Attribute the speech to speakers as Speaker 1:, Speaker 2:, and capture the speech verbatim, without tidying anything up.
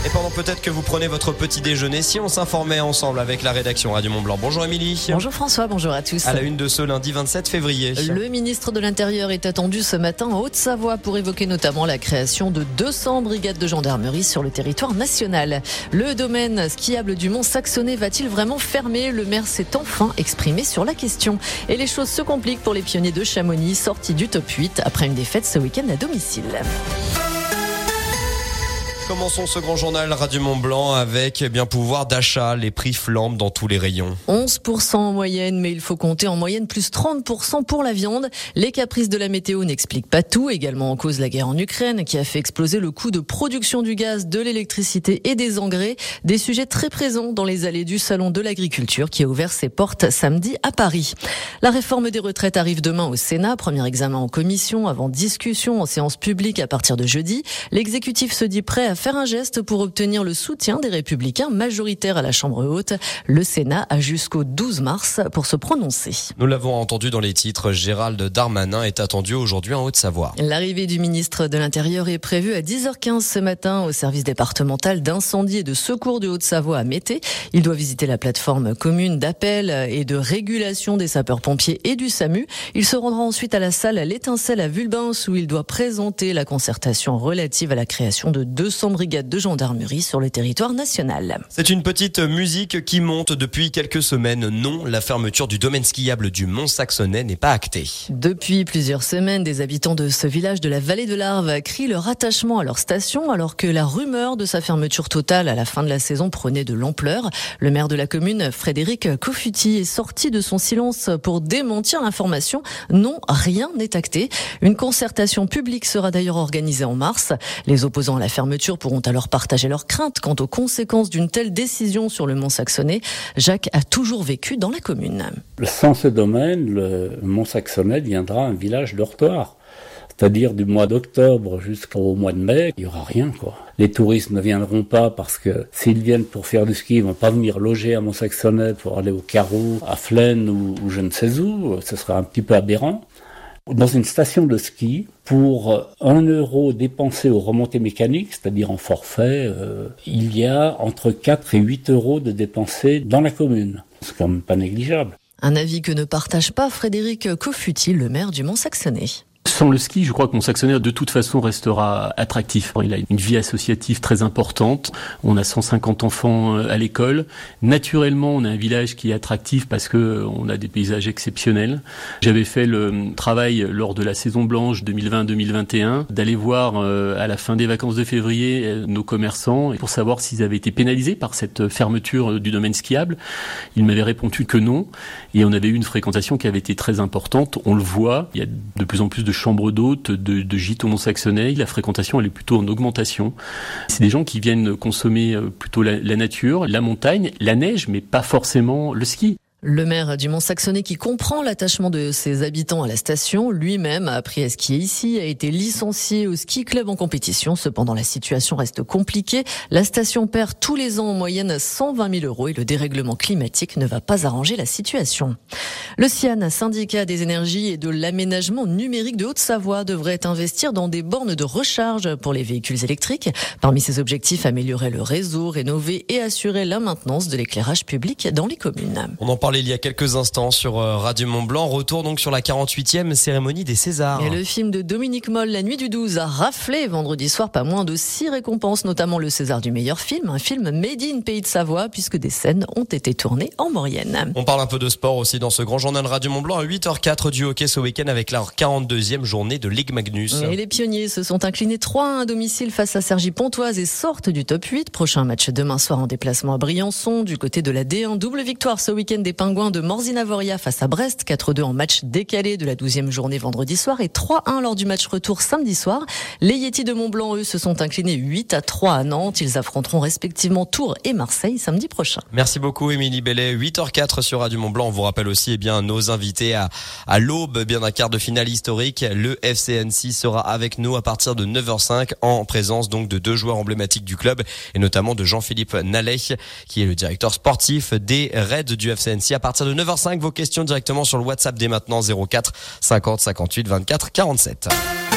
Speaker 1: Et pendant peut-être que vous prenez votre petit déjeuner, si on s'informait ensemble avec la rédaction Radio Mont-Blanc. Bonjour Émilie.
Speaker 2: Bonjour François, bonjour à tous.
Speaker 1: À la une de ce lundi vingt-sept février.
Speaker 2: Le ministre de l'Intérieur est attendu ce matin en Haute-Savoie pour évoquer notamment la création de deux cents brigades de gendarmerie sur le territoire national. Le domaine skiable du Mont-Saxonais va-t-il vraiment fermer? Le maire s'est enfin exprimé sur la question. Et les choses se compliquent pour les pionniers de Chamonix, sortis du top huit après une défaite ce week-end à domicile.
Speaker 1: Commençons ce grand journal Radio Mont-Blanc avec eh bien pouvoir d'achat. Les prix flambent dans tous les rayons.
Speaker 2: onze pour cent en moyenne, mais il faut compter en moyenne plus trente pour cent pour la viande. Les caprices de la météo n'expliquent pas tout. Également en cause la guerre en Ukraine qui a fait exploser le coût de production du gaz, de l'électricité et des engrais. Des sujets très présents dans les allées du Salon de l'Agriculture qui a ouvert ses portes samedi à Paris. La réforme des retraites arrive demain au Sénat. Premier examen en commission avant discussion en séance publique à partir de jeudi. L'exécutif se dit prêt à faire un geste pour obtenir le soutien des Républicains majoritaires à la Chambre haute. Le Sénat a jusqu'au douze mars pour se prononcer.
Speaker 1: Nous l'avons entendu dans les titres, Gérald Darmanin est attendu aujourd'hui en Haute-Savoie.
Speaker 2: L'arrivée du ministre de l'Intérieur est prévue à dix heures quinze ce matin au service départemental d'incendie et de secours de Haute-Savoie à Mété. Il doit visiter la plateforme commune d'appel et de régulation des sapeurs-pompiers et du SAMU. Il se rendra ensuite à la salle L'Étincelle à Vulbens où il doit présenter la concertation relative à la création de deux cents brigades de gendarmerie sur le territoire national.
Speaker 1: C'est une petite musique qui monte depuis quelques semaines. Non, la fermeture du domaine skiable du Mont-Saxonais n'est pas actée.
Speaker 2: Depuis plusieurs semaines, des habitants de ce village de la vallée de l'Arve crient leur attachement à leur station alors que la rumeur de sa fermeture totale à la fin de la saison prenait de l'ampleur. Le maire de la commune, Frédéric Cofutti, est sorti de son silence pour démentir l'information. Non, rien n'est acté. Une concertation publique sera d'ailleurs organisée en mars. Les opposants à la fermeture pourront alors partager leurs craintes quant aux conséquences d'une telle décision sur le Mont-Saxonais. Jacques a toujours vécu dans la commune.
Speaker 3: Sans ce domaine, le Mont-Saxonais deviendra un village dortoir. C'est-à-dire du mois d'octobre jusqu'au mois de mai, il n'y aura rien, quoi. Les touristes ne viendront pas parce que s'ils viennent pour faire du ski, ils vont pas venir loger à Mont-Saxonais pour aller au Carreau, à Flaine ou, ou je ne sais où. Ce serait un petit peu aberrant. Dans une station de ski, pour un euro dépensé aux remontées mécaniques, c'est-à-dire en forfait, euh, il y a entre quatre et huit euros de dépensés dans la commune. C'est quand même pas négligeable.
Speaker 2: Un avis que ne partage pas Frédéric Cofutti, le maire du Mont-Saxonais.
Speaker 4: Sans le ski, je crois que Mont-Saxonais, de toute façon, restera attractif. Il a une vie associative très importante. On a cent cinquante enfants à l'école. Naturellement, on a un village qui est attractif parce que on a des paysages exceptionnels. J'avais fait le travail lors de la saison blanche deux mille vingt deux mille vingt et un d'aller voir à la fin des vacances de février nos commerçants pour savoir s'ils avaient été pénalisés par cette fermeture du domaine skiable. Ils m'avaient répondu que non. Et on avait eu une fréquentation qui avait été très importante. On le voit. Il y a de plus en plus de chambres d'hôtes, de, de gîtes au Mont-Saxonais. La fréquentation, elle est plutôt en augmentation. C'est des gens qui viennent consommer plutôt la, la nature, la montagne, la neige, mais pas forcément le ski.
Speaker 2: Le maire du Mont-Saxonais qui comprend l'attachement de ses habitants à la station, lui-même a appris à skier ici, a été licencié au ski club en compétition. Cependant, la situation reste compliquée. La station perd tous les ans en moyenne cent vingt mille euros et le dérèglement climatique ne va pas arranger la situation. Le SIAN, syndicat des énergies et de l'aménagement numérique de Haute-Savoie, devrait investir dans des bornes de recharge pour les véhicules électriques. Parmi ses objectifs, améliorer le réseau, rénover et assurer la maintenance de l'éclairage public dans les communes.
Speaker 1: On en parlait il y a quelques instants sur Radio Mont-Blanc. Retour donc sur la quarante-huitième cérémonie des Césars.
Speaker 2: Et le film de Dominique Moll, La Nuit du douze, a raflé vendredi soir pas moins de six récompenses, notamment le César du meilleur film, un film made in Pays de Savoie, puisque des scènes ont été tournées en Maurienne.
Speaker 1: On parle un peu de sport aussi dans ce grand journal Radio Mont-Blanc. À huit heures quatre du hockey ce week-end avec la quarante-deuxième journée de Ligue Magnus.
Speaker 2: Et les pionniers se sont inclinés trois à un à domicile face à Cergy-Pontoise et sortent du top huit. Prochain match demain soir en déplacement à Briançon. Du côté de la D un, double victoire ce week-end des Pingouins de Morzine-Avoria face à Brest, quatre deux en match décalé de la douzième journée vendredi soir et trois un lors du match retour samedi soir. Les Yétis de Mont-Blanc, eux, se sont inclinés huit à trois à Nantes. Ils affronteront respectivement Tours et Marseille samedi prochain.
Speaker 1: Merci beaucoup Émilie Bellet. huit heures quatre sur Radio Mont-Blanc. On vous rappelle aussi eh bien nos invités à, à l'aube, bien d'un quart de finale historique. Le F C Annecy sera avec nous à partir de neuf heures cinq en présence donc de deux joueurs emblématiques du club et notamment de Jean-Philippe Nallet qui est le directeur sportif des Reds du F C Annecy. À partir de neuf heures cinq, vos questions directement sur le WhatsApp dès maintenant zéro quatre cinquante cinquante-huit vingt-quatre quarante-sept.